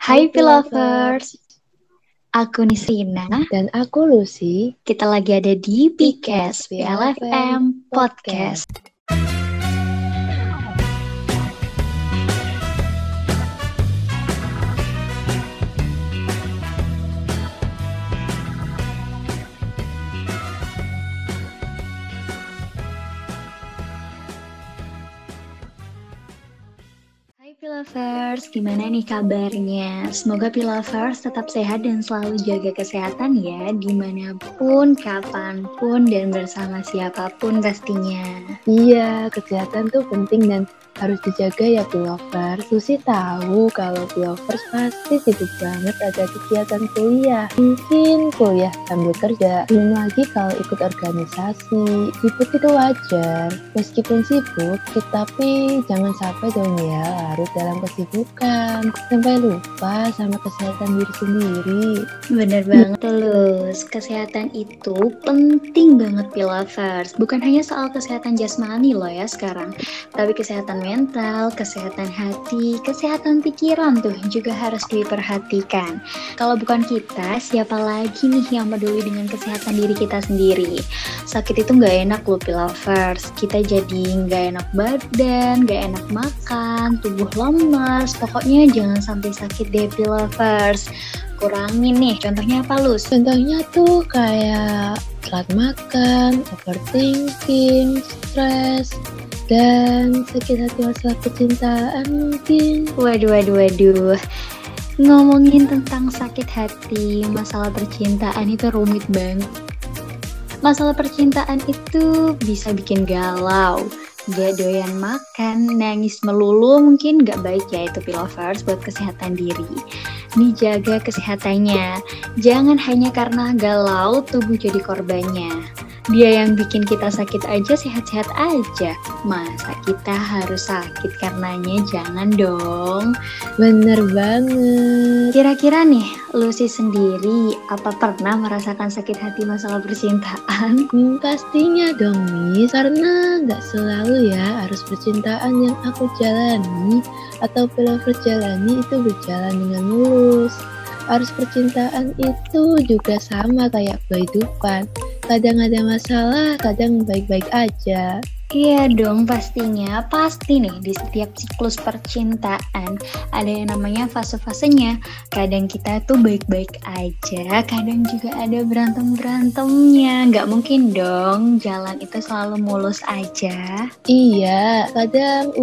Hai Pilovers, aku Nisrina, Dan aku Lucy. kita lagi ada di Pcast PLFM Podcast. Hai Pilovers, gimana nih kabarnya? Semoga Pilovers tetap sehat dan selalu jaga kesehatan ya, dimanapun, kapanpun, dan bersama siapapun pastinya. Iya, kesehatan tuh penting dan harus dijaga ya Pilovers. Lucy tahu kalau Pilovers pasti sibuk banget ada kegiatan kuliah. Mungkin kuliah sambil kerja. Belum lagi kalau ikut organisasi. Sibuk itu wajar. Meskipun sibuk, tapi jangan sampai dong ya larut dalam kesibukan. Sampai lupa sama kesehatan diri sendiri. Bener banget Lus, kesehatan itu penting banget Pilovers. Bukan hanya soal kesehatan jasmani loh ya sekarang, tapi kesehatan mental, kesehatan hati, kesehatan pikiran tuh juga harus diperhatikan. Kalau bukan kita, siapa lagi nih yang peduli dengan kesehatan diri kita sendiri? Sakit itu nggak enak loh Pilovers. Kita jadi nggak enak badan, nggak enak makan, tubuh lemas. Pokoknya jangan sampai sakit deh Pilovers. Kurangin nih, contohnya apa Lus? Contohnya tuh kayak telat makan, overthinking, stres, dan sakit hati masalah percintaan mungkin. Waduh. Ngomongin tentang sakit hati, masalah percintaan itu rumit banget. Masalah percintaan itu bisa bikin galau, gak doyan makan, nangis melulu, mungkin gak baik ya itu Pilovers buat kesehatan diri. Nih jaga kesehatannya, jangan hanya karena galau tubuh jadi korbannya. Dia yang bikin kita sakit aja sehat-sehat aja. Masa kita harus sakit karenanya? Jangan dong. Bener banget. Kira-kira nih, Lucy sendiri apa pernah merasakan sakit hati masalah percintaan? Pastinya dong Miss, karena gak selalu ya harus percintaan yang aku jalani atau Pilovers jalani itu berjalan dengan mulus. Harus percintaan itu juga sama kayak kehidupan. Kadang ada masalah, kadang baik-baik aja. Iya dong pastinya, pasti nih di setiap siklus percintaan ada yang namanya fase-fasenya. Kadang kita tuh baik-baik aja, kadang juga ada berantem-berantemnya. Nggak mungkin dong jalan itu selalu mulus aja. Iya, kadang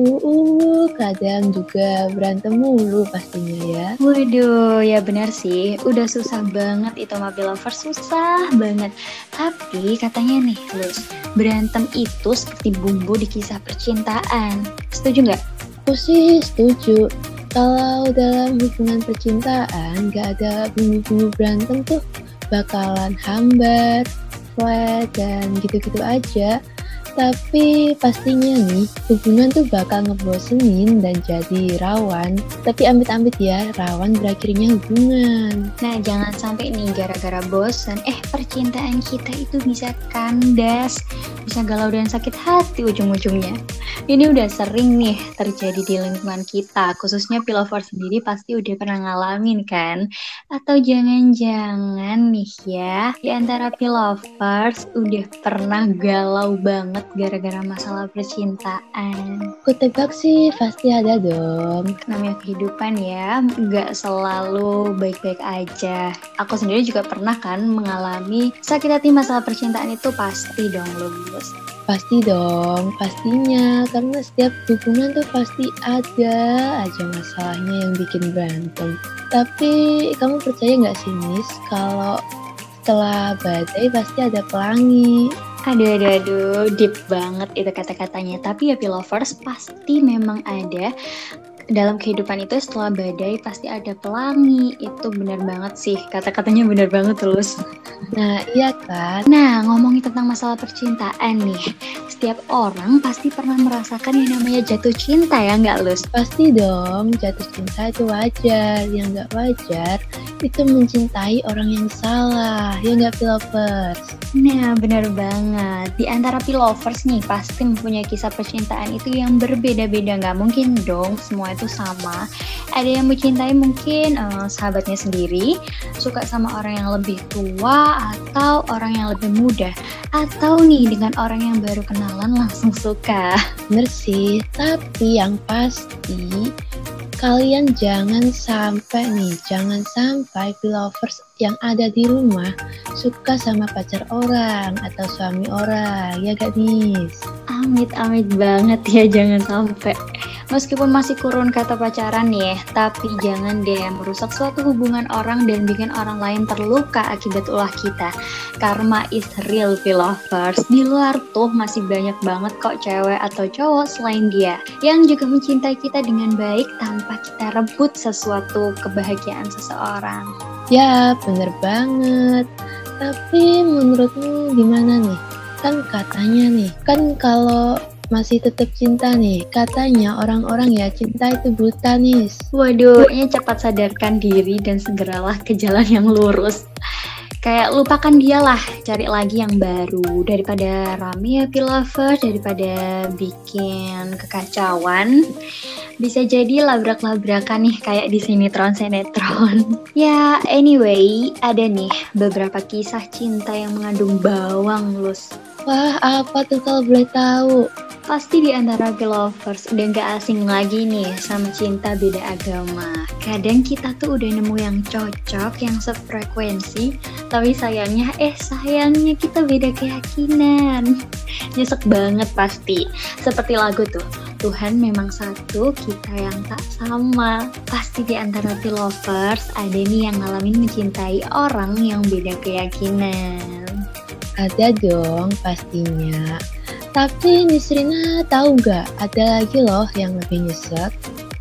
kadang juga berantem mulu pastinya ya. Waduh, ya benar sih, udah susah banget itu mah Pilovers, susah banget. Tapi katanya nih Lus, berantem itu seperti bumbu di kisah percintaan. Setuju nggak? Aku sih setuju. Kalau dalam hubungan percintaan gak ada bumbu-bumbu berantem tuh bakalan hambar, flat, dan gitu-gitu aja. Tapi pastinya nih hubungan tuh bakal ngebosenin dan jadi rawan. Tapi amit-amit ya, rawan berakhirnya hubungan. Nah, jangan sampai nih gara-gara bosan, percintaan kita itu bisa kandas, bisa galau dan sakit hati ujung-ujungnya. Ini udah sering nih terjadi di lingkungan kita, khususnya Pilovers sendiri pasti udah pernah ngalamin kan? Atau jangan-jangan nih ya, di antara Pilovers udah pernah galau banget gara-gara masalah percintaan. Aku tebak sih pasti ada dong. Namanya kehidupan ya, nggak selalu baik-baik aja. Aku sendiri juga pernah kan mengalami sakit hati masalah percintaan itu pasti dong Lulus. Pasti dong, pastinya. Karena setiap hubungan tuh pasti ada aja masalahnya yang bikin berantem. Tapi kamu percaya nggak sih Miss, kalau setelah badai pasti ada pelangi? Aduh, deep banget itu kata-katanya. Tapi ya Pilovers pasti memang ada. Dalam kehidupan itu setelah badai pasti ada pelangi. Itu benar banget sih, kata-katanya benar banget Lus. Nah iya kan. Nah, ngomongin tentang masalah percintaan nih, setiap orang pasti pernah merasakan yang namanya jatuh cinta ya nggak Lus? Pasti dong, jatuh cinta itu wajar. Yang nggak wajar itu mencintai orang yang salah, ya nggak Pilovers? Nah, benar banget. Di antara Pilovers nih, pasti mempunyai kisah percintaan itu yang berbeda-beda. Nggak mungkin dong semua itu sama. Ada yang mencintai mungkin sahabatnya sendiri, suka sama orang yang lebih tua, atau orang yang lebih muda. Atau nih, dengan orang yang baru kenalan langsung suka. Bener sih, tapi yang pasti kalian jangan sampai Pilovers yang ada di rumah suka sama pacar orang atau suami orang, ya gak Nis? Amit-amit banget ya, jangan sampai. Meskipun masih kurun kata pacaran ya, tapi jangan deh merusak suatu hubungan orang dan bikin orang lain terluka akibat ulah kita. Karma is real, Pilovers. Di luar tuh masih banyak banget kok cewek atau cowok selain dia yang juga mencintai kita dengan baik tanpa kita rebut sesuatu kebahagiaan seseorang. Ya, bener banget. Tapi menurutmu gimana nih? Kan katanya nih, kan kalau masih tetap cinta nih, katanya orang-orang ya cinta itu buta nih. Waduh, ini cepat sadarkan diri dan segeralah ke jalan yang lurus. Kayak lupakan dia lah, cari lagi yang baru. Daripada rame ya Pilovers, daripada bikin kekacauan, bisa jadi labrak-labrakan nih kayak di sinetron. Ya, anyway, ada nih beberapa kisah cinta yang mengandung bawang, Lus. Wah, apa tuh kalau boleh tahu? Pasti di antara Pilovers udah gak asing lagi nih sama cinta beda agama. Kadang kita tuh udah nemu yang cocok, yang sefrekuensi, tapi sayangnya kita beda keyakinan. Nyesek banget pasti. Seperti lagu tuh, Tuhan memang satu, kita yang tak sama. Pasti di antara Pilovers ada nih yang ngalamin mencintai orang yang beda keyakinan. Ada dong pastinya. Tapi Nisrina tahu nggak, ada lagi loh yang lebih nyesek.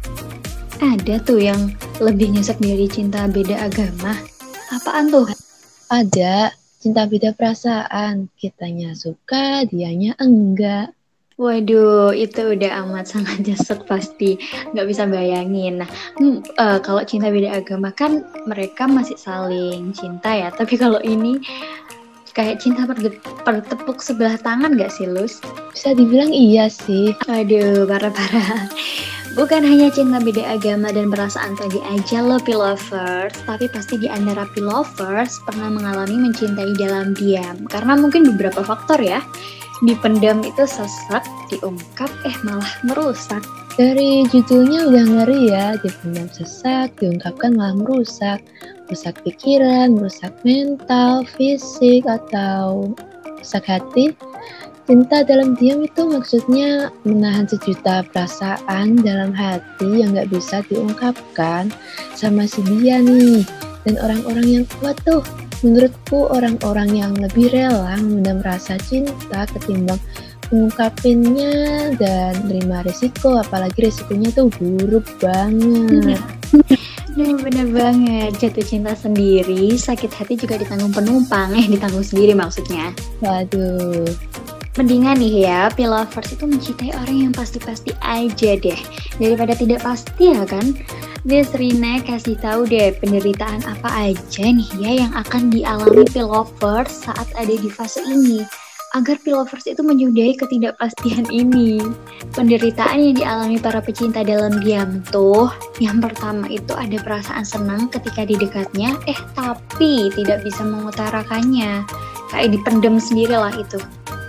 Ada tuh yang lebih nyesek dari cinta beda agama. Apaan tuh? Ada, cinta beda perasaan. Kitanya suka, dianya enggak. Waduh, itu udah amat sangat nyesek pasti. Nggak bisa bayangin. Nah, kalau cinta beda agama kan mereka masih saling cinta ya. Tapi kalau ini kayak cinta bertepuk sebelah tangan gak sih, Lus? Bisa dibilang iya sih. Aduh, parah-parah. Bukan hanya cinta beda agama dan perasaan tadi aja loh Pilovers, tapi pasti di antara Pilovers pernah mengalami mencintai dalam diam. Karena mungkin beberapa faktor ya. Dipendam itu sesak, diungkap malah merusak. Dari judulnya udah ngeri ya, dipendam sesak, diungkapkan malah merusak. Merusak pikiran, merusak mental, fisik, atau rusak hati. Cinta dalam diam itu maksudnya menahan sejuta perasaan dalam hati yang gak bisa diungkapkan sama si dia nih. Dan orang-orang yang kuat tuh, menurutku orang-orang yang lebih rela memendam rasa cinta ketimbang mengungkapinnya dan menerima risiko, apalagi risikonya tuh buruk banget. Bener banget, jatuh cinta sendiri, sakit hati juga ditanggung penumpang, ditanggung sendiri maksudnya. Waduh. Mendingan nih ya, Pilovers itu mencintai orang yang pasti-pasti aja deh, daripada tidak pasti ya kan. Nisrina kasih tahu deh penderitaan apa aja nih ya yang akan dialami Pilovers saat ada di fase ini, agar Pilovers itu menyudahi ketidakpastian ini. Penderitaan yang dialami para pecinta dalam diam tuh, yang pertama itu ada perasaan senang ketika di dekatnya, tapi tidak bisa mengutarakannya. Kayak dipendam sendiri lah itu.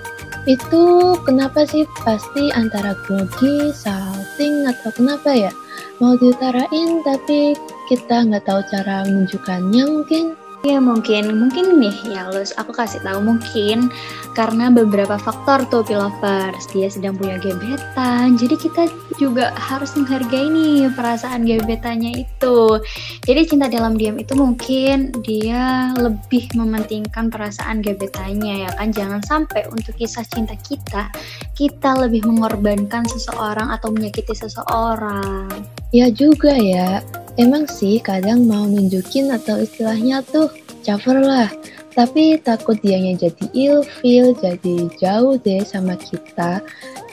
Itu kenapa sih? Pasti antara grogi, salting, atau kenapa ya? Mau diutarain tapi kita nggak tahu cara menunjukkannya mungkin. Ya mungkin nih ya Lus, aku kasih tahu mungkin karena beberapa faktor tuh Pilovers. Dia sedang punya gebetan, jadi kita juga harus menghargai nih perasaan gebetannya itu. Jadi cinta dalam diam itu mungkin dia lebih mementingkan perasaan gebetannya ya kan. Jangan sampai untuk kisah cinta kita lebih mengorbankan seseorang atau menyakiti seseorang. Ya juga ya. Emang sih kadang mau nunjukin atau istilahnya tuh caper lah, tapi takut dianya jadi ilfeel, jadi jauh deh sama kita.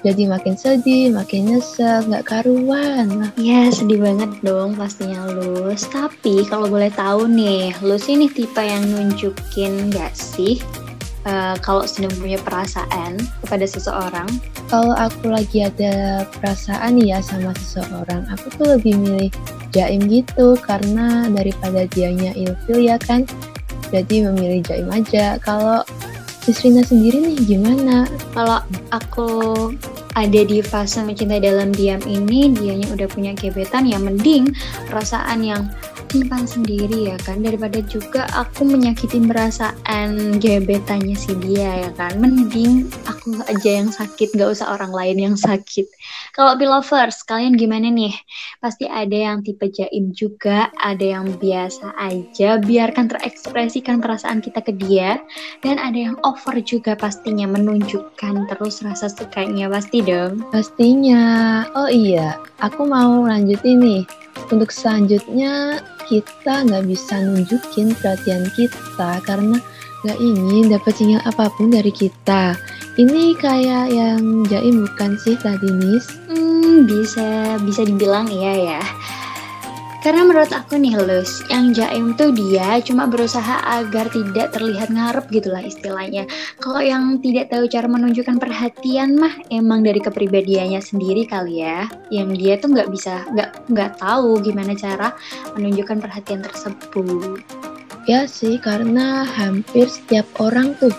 Jadi makin sedih, makin nyesel, nggak karuan. Nah, Ya, sedih banget dong pastinya Lus. Tapi kalau boleh tahu nih, Lus ini tipe yang nunjukin gak sih kalau sedang punya perasaan kepada seseorang? kalau aku lagi ada perasaan nih ya sama seseorang, aku tuh lebih milih jaim gitu, karena daripada dianya ilfil ya kan, jadi memilih jaim aja. Kalau Rina sendiri nih gimana? Kalau aku ada di fase mencintai dalam diam ini, dianya udah punya gebetan, ya mending perasaan yang simpan sendiri ya kan, daripada juga aku menyakitin perasaan gebetannya si dia ya kan. Mending aku aja yang sakit, gak usah orang lain yang sakit. Kalau belovers, kalian gimana nih? Pasti ada yang tipe jaim juga, ada yang biasa aja, biarkan terekspresikan perasaan kita ke dia. Dan ada yang over juga pastinya, menunjukkan terus rasa sukanya, pasti dong. Pastinya. Oh iya, aku mau lanjutin nih. Untuk selanjutnya, kita nggak bisa nunjukin perhatian kita karena nggak ingin dapat sinyal apapun dari kita. Ini kayak yang jaim bukan sih tadi, Nis? Bisa dibilang iya ya. Karena menurut aku nih Lus, yang jaim tuh dia cuma berusaha agar tidak terlihat ngarep gitulah istilahnya. Kalau yang tidak tahu cara menunjukkan perhatian mah emang dari kepribadiannya sendiri kali ya. Yang dia tuh nggak tahu gimana cara menunjukkan perhatian tersebut. Ya sih, karena hampir setiap orang tuh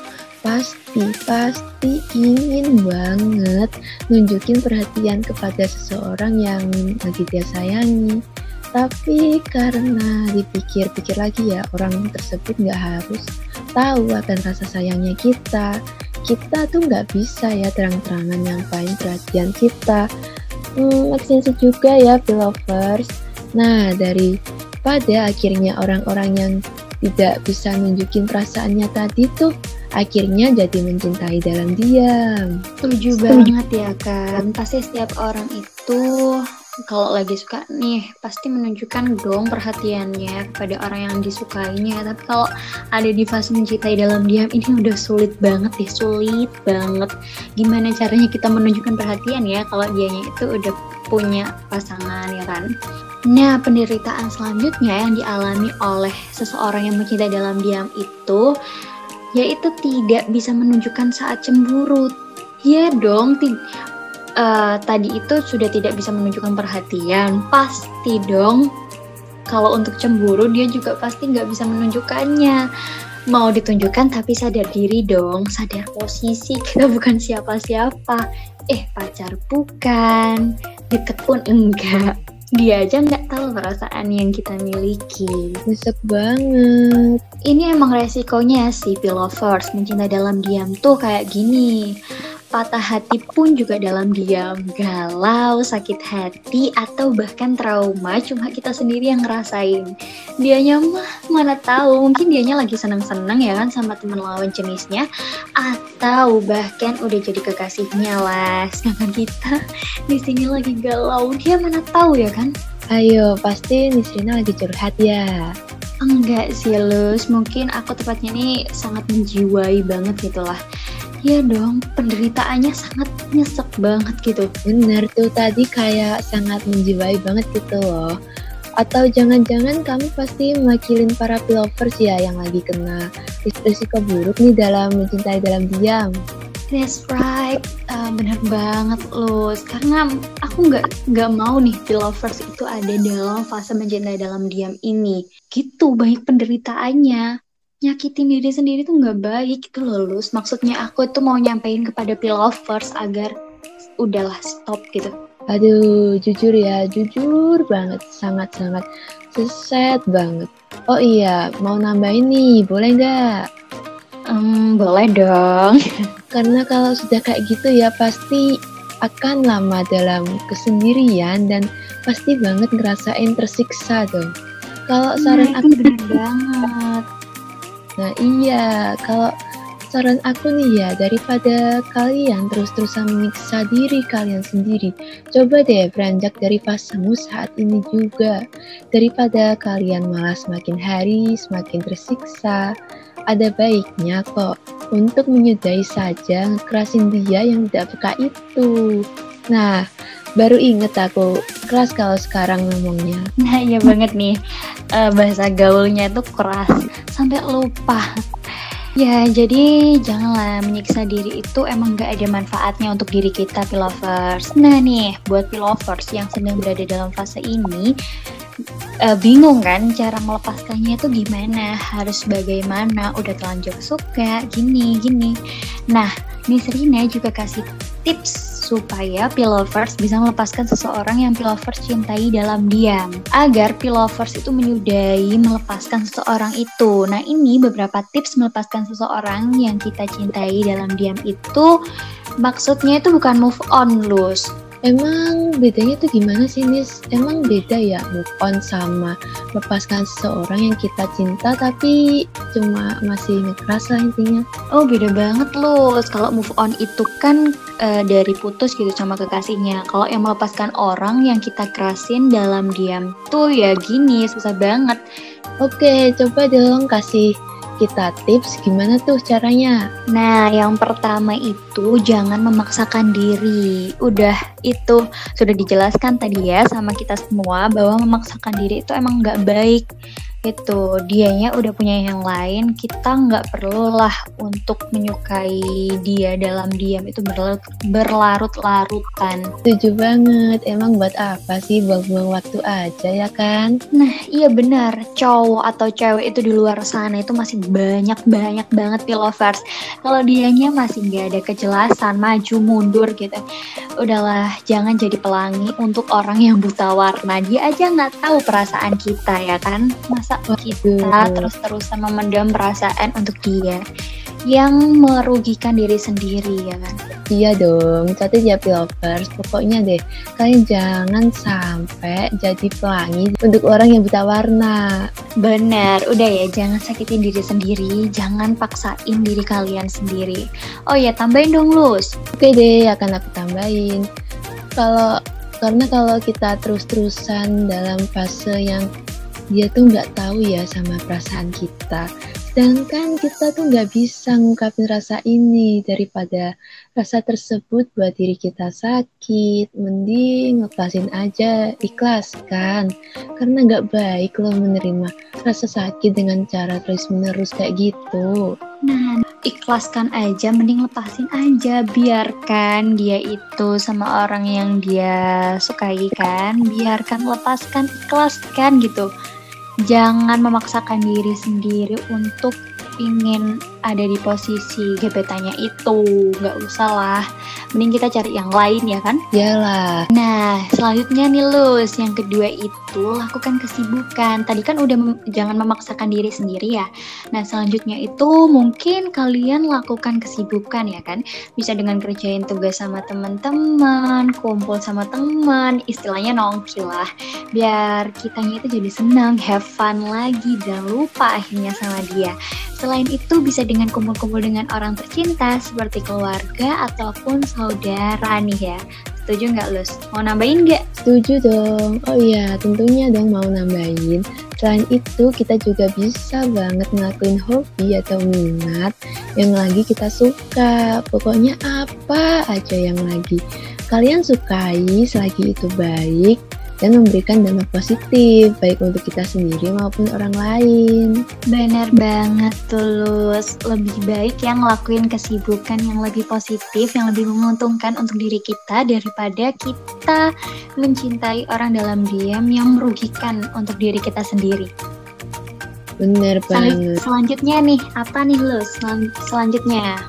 pasti ingin banget nunjukin perhatian kepada seseorang yang lagi dia sayangi. Tapi karena dipikir-pikir lagi ya, orang tersebut nggak harus tahu akan rasa sayangnya kita. Kita tuh nggak bisa ya terang-terangan nyampain perhatian kita. Make sense juga ya, belovers. Nah, daripada akhirnya orang-orang yang tidak bisa nunjukin perasaannya tadi tuh akhirnya jadi mencintai dalam diam. Setuju banget ya kan. Pasti setiap orang itu kalau lagi suka nih pasti menunjukkan dong perhatiannya kepada orang yang disukainya. Tapi kalau ada di fase mencintai dalam diam ini udah sulit banget deh, sulit banget. Gimana caranya kita menunjukkan perhatian ya kalau dianya itu udah punya pasangan ya kan. Nah, penderitaan selanjutnya yang dialami oleh seseorang yang mencintai dalam diam itu yaitu tidak bisa menunjukkan saat cemburu. Ya dong, tadi itu sudah tidak bisa menunjukkan perhatian, pasti dong kalau untuk cemburu dia juga pasti nggak bisa menunjukkannya. Mau ditunjukkan tapi sadar diri dong, sadar posisi kita bukan siapa-siapa. Pacar bukan, deket pun enggak. Dia aja nggak tahu perasaan yang kita miliki. Nyesek banget. Ini emang resikonya sih belovers, mencintai dalam diam tuh kayak gini. Patah hati pun juga dalam diam, galau, sakit hati, atau bahkan trauma cuma kita sendiri yang ngerasain. Dianya mah mana tahu, mungkin dianya lagi seneng-seneng ya kan sama teman lawan jenisnya, atau bahkan udah jadi kekasihnya lah. Sedangkan kita di sini lagi galau, dia mana tahu ya kan? Ayo, pasti Nisrina lagi curhat ya. Enggak sih Lus, mungkin aku tepatnya ini sangat menjiwai banget gitu lah. Ya dong, penderitaannya sangat nyesek banget gitu. Bener tuh, tadi kayak sangat menjiwai banget gitu loh. Atau jangan-jangan kamu pasti mewakilin para belovers ya yang lagi kena risiko buruk nih dalam mencintai dalam diam. That's right, bener banget Lus. Karena aku nggak mau nih belovers itu ada dalam fase mencintai dalam diam ini. Gitu, banyak penderitaannya. Nyakitin diri sendiri tuh nggak baik gitu loh Lus. Maksudnya aku tuh mau nyampein kepada belovers agar udahlah stop gitu. Aduh, jujur ya, jujur banget, sangat-sangat sad banget. Oh iya, mau nambahin nih, boleh nggak? Boleh dong. Karena kalau sudah kayak gitu ya pasti akan lama dalam kesendirian dan pasti banget ngerasain tersiksa dong. Kalau saran aku bener banget. Nah iya, kalau saran aku nih ya, daripada kalian terus-terusan menyiksa diri kalian sendiri, coba deh beranjak dari fasemu saat ini juga. Daripada kalian malah semakin hari semakin tersiksa, ada baiknya kok untuk menyudahi saja ngekerasin dia yang tidak peka itu. Nah, baru inget aku keras kalau sekarang ngomongnya. Nah iya banget nih, bahasa gaulnya tuh keras sampai lupa. Ya, jadi janganlah menyiksa diri itu emang gak ada manfaatnya untuk diri kita, Pilovers. Nah nih, buat Pilovers yang sedang berada dalam fase ini, bingung kan cara melepaskannya itu gimana, harus bagaimana, udah telanjur suka, gini. Nah, Miss Rina juga kasih tips supaya Pilovers bisa melepaskan seseorang yang Pilovers cintai dalam diam, agar Pilovers itu menyudahi melepaskan seseorang itu. Nah, ini beberapa tips melepaskan seseorang yang kita cintai dalam diam itu, maksudnya itu bukan move on, Lus. Emang bedanya tuh gimana sih, Nis? Emang beda ya move on sama lepaskan seseorang yang kita cinta tapi cuma masih ngekeras lah intinya? Oh, beda banget loh. Kalau move on itu kan dari putus gitu sama kekasihnya. Kalau yang melepaskan orang yang kita kerasin dalam diam tuh ya gini, susah banget. Oke, coba dong kasih kita tips gimana tuh caranya. Nah, yang pertama itu jangan memaksakan diri. Udah itu sudah dijelaskan tadi ya sama kita semua bahwa memaksakan diri itu emang nggak baik. Itu dianya udah punya yang lain, kita nggak perlulah untuk menyukai dia dalam diam, itu berlarut-larutan. Setuju banget, emang buat apa sih buang-buang waktu aja ya kan? Nah iya benar, cowok atau cewek itu di luar sana itu masih banyak banget Pilovers. Kalau dianya masih nggak ada kejelasan, maju mundur gitu, udahlah jangan jadi pelangi untuk orang yang buta warna. Dia aja nggak tahu perasaan kita ya kan, masa kita terus-terusan memendam perasaan untuk dia yang merugikan diri sendiri ya kan. Iya dong, catat ya Pilovers, pokoknya deh kalian jangan sampai jadi pelangi untuk orang yang buta warna. Bener, udah ya jangan sakitin diri sendiri, jangan paksain diri kalian sendiri. Oh ya tambahin dong Lus. Oke deh, akan aku tambahin. Karena kalau kita terus-terusan dalam fase yang dia tuh nggak tahu ya sama perasaan kita, sedangkan kita tuh nggak bisa ngungkapin rasa ini, daripada rasa tersebut buat diri kita sakit, mending lepasin aja, ikhlaskan, karena nggak baik loh menerima rasa sakit dengan cara terus-menerus kayak gitu. Nah, ikhlaskan aja, mending lepasin aja, biarkan dia itu sama orang yang dia sukai kan, biarkan, lepaskan, ikhlaskan gitu. Jangan memaksakan diri sendiri untuk ingin ada di posisi gebetannya itu, nggak usah lah, mending kita cari yang lain ya kan? Yalah. Nah selanjutnya nih Lus, yang kedua itu lakukan kesibukan. Tadi kan udah jangan memaksakan diri sendiri ya. Nah selanjutnya itu mungkin kalian lakukan kesibukan ya kan, bisa dengan kerjain tugas sama teman-teman, kumpul sama teman, istilahnya nongki lah, biar kitanya itu jadi senang, have fun lagi, dan lupa akhirnya sama dia. Selain itu bisa dengan kumpul-kumpul dengan orang tercinta seperti keluarga ataupun saudara nih ya. Setuju nggak Lus? Mau nambahin nggak? Setuju dong. Oh iya, tentunya dong mau nambahin. Selain itu kita juga bisa banget ngelakuin hobi atau minat yang lagi kita suka. Pokoknya apa aja yang lagi kalian sukai selagi itu baik dan memberikan dampak positif baik untuk kita sendiri maupun orang lain. Bener banget Tulus, lebih baik yang ngelakuin kesibukan yang lebih positif, yang lebih menguntungkan untuk diri kita daripada kita mencintai orang dalam diam yang merugikan untuk diri kita sendiri. Bener banget. Selanjutnya nih, apa nih Lus? Selanjutnya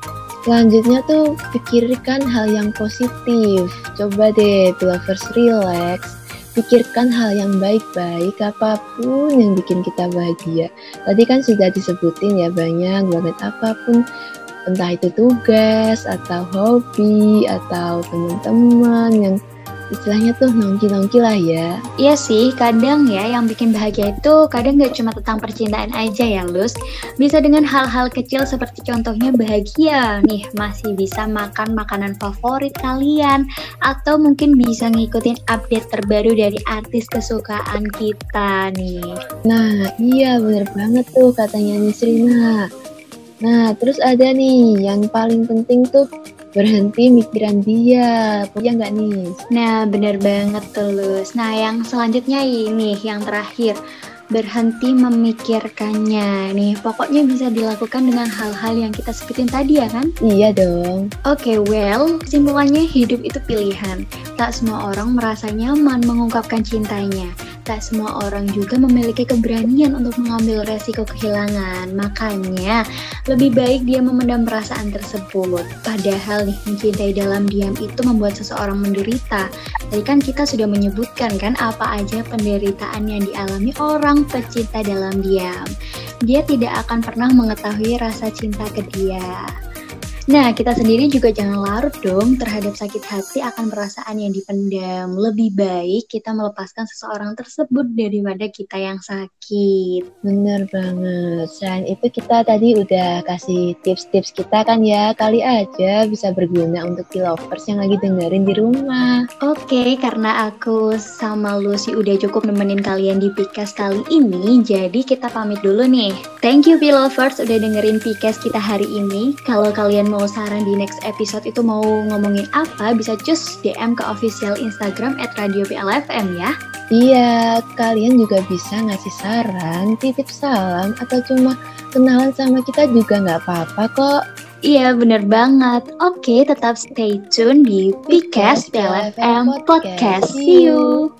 tuh pikirkan hal yang positif. Coba deh Pilovers relax, pikirkan hal yang baik-baik, apapun yang bikin kita bahagia. Tadi kan sudah disebutin ya, banyak banget apapun, entah itu tugas atau hobi atau teman-teman yang istilahnya tuh nongki-nongki lah ya. Iya sih, kadang ya yang bikin bahagia itu kadang gak cuma tentang percintaan aja ya Lus. Bisa dengan hal-hal kecil seperti contohnya bahagia nih, masih bisa makan makanan favorit kalian, atau mungkin bisa ngikutin update terbaru dari artis kesukaan kita nih. Nah iya bener banget tuh katanya Nisrina. Nah terus ada nih yang paling penting tuh berhenti mikiran dia, ya nggak nih? Nah, bener banget tuh, Lus. Nah, yang selanjutnya ini, yang terakhir. Berhenti memikirkannya. Nih, pokoknya bisa dilakukan dengan hal-hal yang kita sebutin tadi ya kan? Iya dong. Oke, well, kesimpulannya hidup itu pilihan. Tak semua orang merasa nyaman mengungkapkan cintanya. Tak semua orang juga memiliki keberanian untuk mengambil resiko kehilangan. Makanya, lebih baik dia memendam perasaan tersebut. Padahal nih, mencintai dalam diam itu membuat seseorang menderita. Tadi kan kita sudah menyebutkan kan apa aja penderitaan yang dialami orang pecinta dalam diam. Dia tidak akan pernah mengetahui rasa cinta ke dia. Nah, kita sendiri juga jangan larut dong terhadap sakit hati akan perasaan yang dipendam. Lebih baik kita melepaskan seseorang tersebut daripada kita yang sakit. Bener banget. Selain itu kita tadi udah kasih tips-tips kita kan ya. Kali aja bisa berguna untuk Pilovers yang lagi dengerin di rumah. Oke, karena aku sama Lucy udah cukup nemenin kalian di Pikas kali ini, jadi kita pamit dulu nih. Thank you Pilovers udah dengerin Pikas kita hari ini. Kalau kalian mau saran di next episode itu mau ngomongin apa, bisa just DM ke official Instagram @radioplfm ya. Iya, kalian juga bisa ngasih saran, titip salam, atau cuma kenalan sama kita juga nggak apa-apa kok. Iya, bener banget. Oke, tetap stay tune di Pikas PLFM Podcast. See you!